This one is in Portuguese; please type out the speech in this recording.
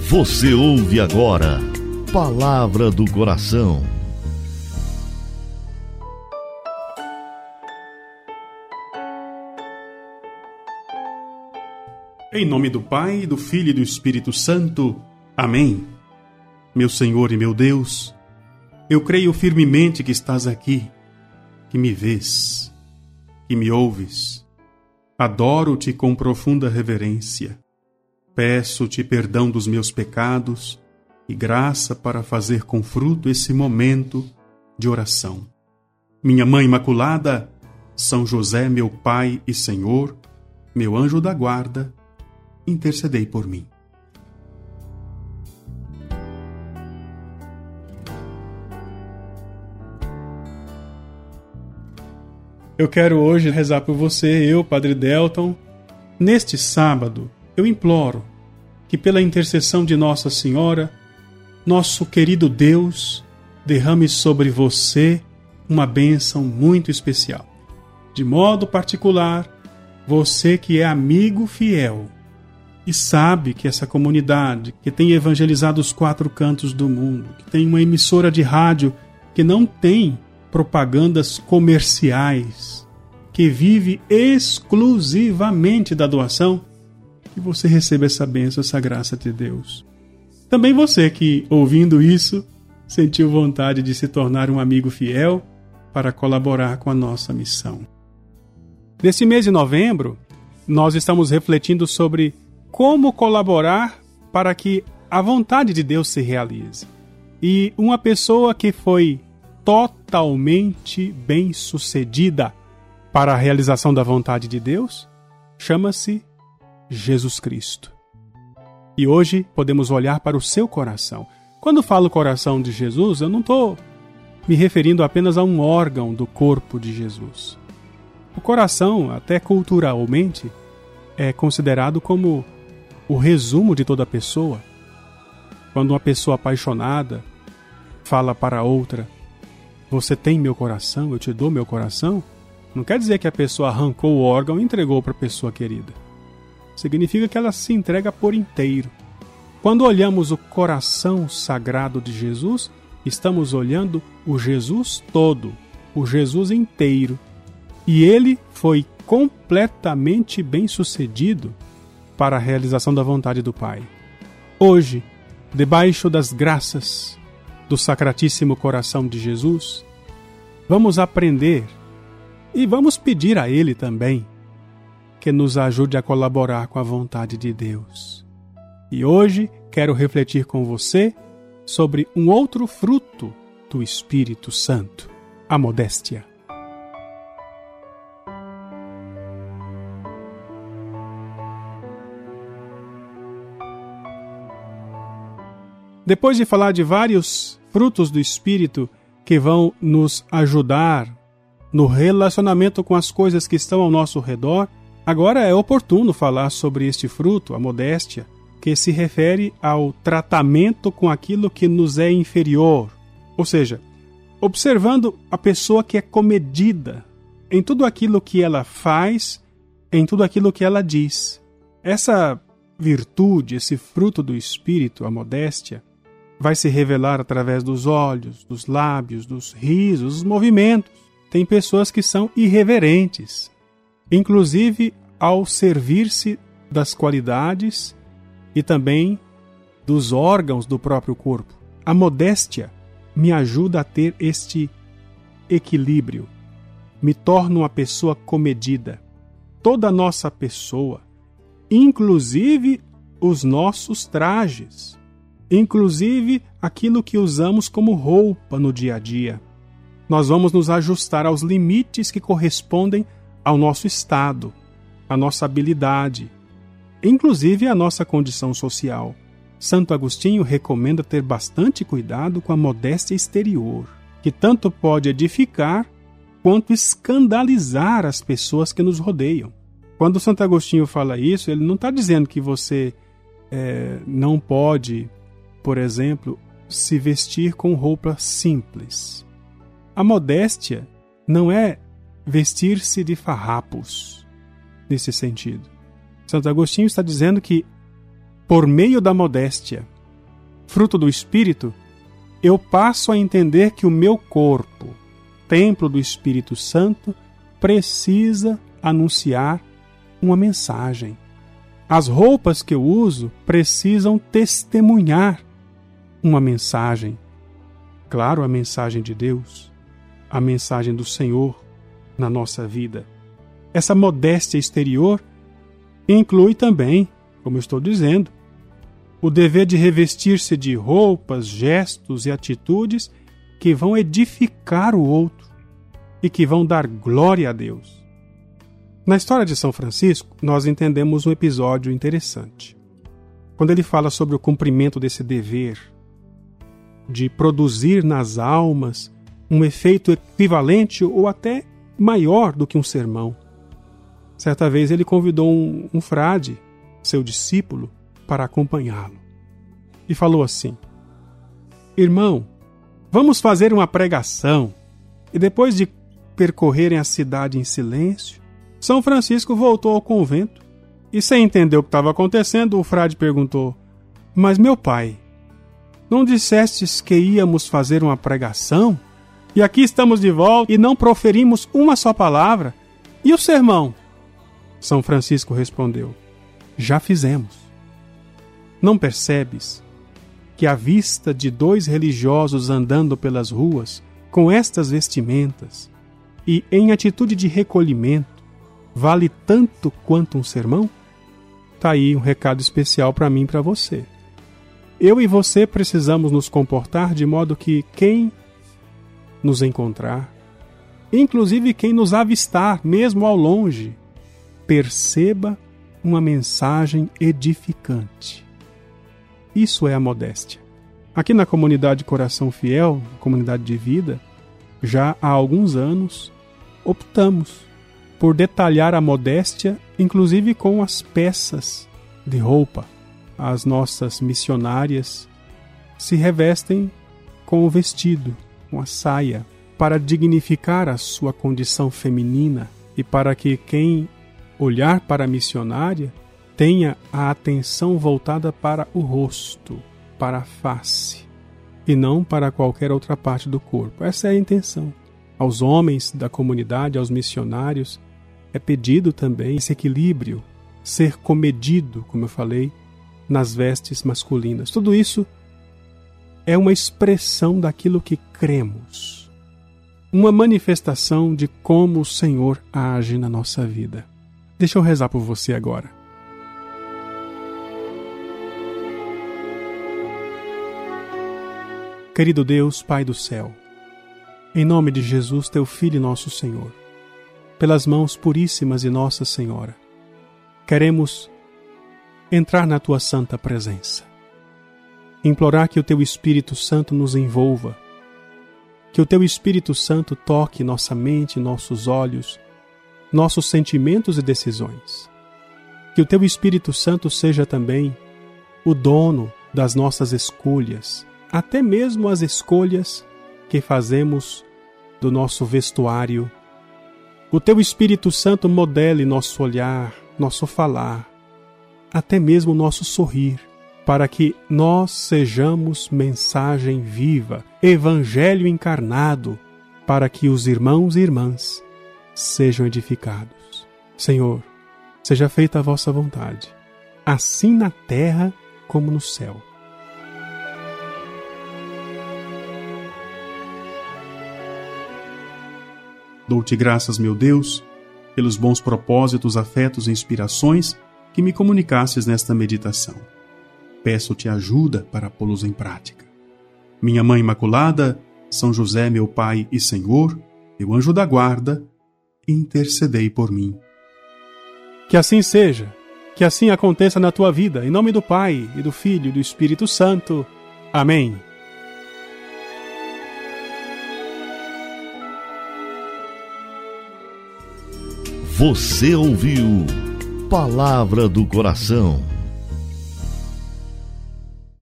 Você ouve agora Palavra do Coração. Em nome do Pai, do Filho e do Espírito Santo. Amém. Meu Senhor e meu Deus, eu creio firmemente que estás aqui, que me vês, que me ouves. Adoro-te com profunda reverência. Peço-te perdão dos meus pecados e graça para fazer com fruto esse momento de oração. Minha Mãe Imaculada, São José, meu Pai e Senhor, meu anjo da guarda, intercedei por mim. Eu quero hoje rezar por você, eu, Padre Delton. Neste sábado, eu imploro que pela intercessão de Nossa Senhora, nosso querido Deus derrame sobre você uma bênção muito especial. De modo particular, você que é amigo fiel e sabe que essa comunidade que tem evangelizado os 4 cantos do mundo, que tem uma emissora de rádio que não tem propagandas comerciais, que vive exclusivamente da doação, que você receba essa bênção, essa graça de Deus. Também você que, ouvindo isso, sentiu vontade de se tornar um amigo fiel para colaborar com a nossa missão. Nesse mês de novembro, nós estamos refletindo sobre como colaborar para que a vontade de Deus se realize. E uma pessoa que foi totalmente bem-sucedida para a realização da vontade de Deus chama-se Jesus Cristo. E hoje podemos olhar para o seu coração. Quando falo coração de Jesus, eu não estou me referindo apenas a um órgão do corpo de Jesus. O coração, até culturalmente, é considerado como o resumo de toda pessoa. Quando uma pessoa apaixonada fala para outra: você tem meu coração, eu te dou meu coração, não quer dizer que a pessoa arrancou o órgão e entregou para a pessoa querida. Significa que ela se entrega por inteiro. Quando olhamos o coração sagrado de Jesus, estamos olhando o Jesus todo, o Jesus inteiro. E ele foi completamente bem-sucedido para a realização da vontade do Pai. Hoje, debaixo das graças do Sacratíssimo Coração de Jesus, vamos aprender e vamos pedir a Ele também que nos ajude a colaborar com a vontade de Deus. E hoje quero refletir com você sobre um outro fruto do Espírito Santo, a modéstia. Depois de falar de vários frutos do Espírito que vão nos ajudar no relacionamento com as coisas que estão ao nosso redor, agora é oportuno falar sobre este fruto, a modéstia, que se refere ao tratamento com aquilo que nos é inferior. Ou seja, observando a pessoa que é comedida em tudo aquilo que ela faz, em tudo aquilo que ela diz. Essa virtude, esse fruto do Espírito, a modéstia, vai se revelar através dos olhos, dos lábios, dos risos, dos movimentos. Tem pessoas que são irreverentes, inclusive ao servir-se das qualidades e também dos órgãos do próprio corpo. A modéstia me ajuda a ter este equilíbrio, me torna uma pessoa comedida. Toda a nossa pessoa, inclusive os nossos trajes, inclusive aquilo que usamos como roupa no dia a dia. Nós vamos nos ajustar aos limites que correspondem ao nosso estado, à nossa habilidade, inclusive à nossa condição social. Santo Agostinho recomenda ter bastante cuidado com a modéstia exterior, que tanto pode edificar quanto escandalizar as pessoas que nos rodeiam. Quando Santo Agostinho fala isso, ele não está dizendo que você não pode, por exemplo, se vestir com roupa simples. A modéstia não é vestir-se de farrapos, nesse sentido. Santo Agostinho está dizendo que, por meio da modéstia, fruto do Espírito, eu passo a entender que o meu corpo, templo do Espírito Santo, precisa anunciar uma mensagem. As roupas que eu uso precisam testemunhar uma mensagem. Claro, a mensagem de Deus, a mensagem do Senhor na nossa vida. Essa modéstia exterior inclui também, como eu estou dizendo, o dever de revestir-se de roupas, gestos e atitudes que vão edificar o outro e que vão dar glória a Deus. Na história de São Francisco, nós entendemos um episódio interessante. Quando ele fala sobre o cumprimento desse dever de produzir nas almas um efeito equivalente ou até maior do que um sermão. Certa vez ele convidou um frade, seu discípulo, para acompanhá-lo. E falou assim: irmão, vamos fazer uma pregação. E depois de percorrerem a cidade em silêncio, São Francisco voltou ao convento e, sem entender o que estava acontecendo, o frade perguntou: mas meu pai, não dissestes que íamos fazer uma pregação? E aqui estamos de volta e não proferimos uma só palavra. E o sermão? São Francisco respondeu: já fizemos. Não percebes que à vista de dois religiosos andando pelas ruas com estas vestimentas e em atitude de recolhimento vale tanto quanto um sermão? Tá aí um recado especial para mim e para você. Eu e você precisamos nos comportar de modo que quem nos encontrar, inclusive quem nos avistar, mesmo ao longe, perceba uma mensagem edificante. Isso é a modéstia. Aqui na comunidade Coração Fiel, comunidade de vida, já há alguns anos, optamos por detalhar a modéstia, inclusive com as peças de roupa. As nossas missionárias se revestem com o vestido, com a saia, para dignificar a sua condição feminina e para que quem olhar para a missionária tenha a atenção voltada para o rosto, para a face, e não para qualquer outra parte do corpo. Essa é a intenção. Aos homens da comunidade, aos missionários, é pedido também esse equilíbrio, ser comedido, como eu falei, nas vestes masculinas. Tudo isso é uma expressão daquilo que cremos, uma manifestação de como o Senhor age na nossa vida. Deixa eu rezar por você agora. Querido Deus, Pai do céu, em nome de Jesus, teu Filho e nosso Senhor, pelas mãos puríssimas de Nossa Senhora, queremos entrar na tua santa presença, implorar que o teu Espírito Santo nos envolva, que o teu Espírito Santo toque nossa mente, nossos olhos, nossos sentimentos e decisões, que o teu Espírito Santo seja também o dono das nossas escolhas, até mesmo as escolhas que fazemos do nosso vestuário. O teu Espírito Santo modele nosso olhar, nosso falar, até mesmo o nosso sorrir, para que nós sejamos mensagem viva, evangelho encarnado, para que os irmãos e irmãs sejam edificados. Senhor, seja feita a vossa vontade, assim na terra como no céu. Dou-te graças, meu Deus, pelos bons propósitos, afetos e inspirações que me comunicasses nesta meditação. Peço-te ajuda para pô-los em prática. Minha Mãe Imaculada, São José, meu Pai e Senhor, meu anjo da guarda, intercedei por mim. Que assim seja, que assim aconteça na tua vida, em nome do Pai, e do Filho e do Espírito Santo. Amém. Você ouviu Palavra do Coração.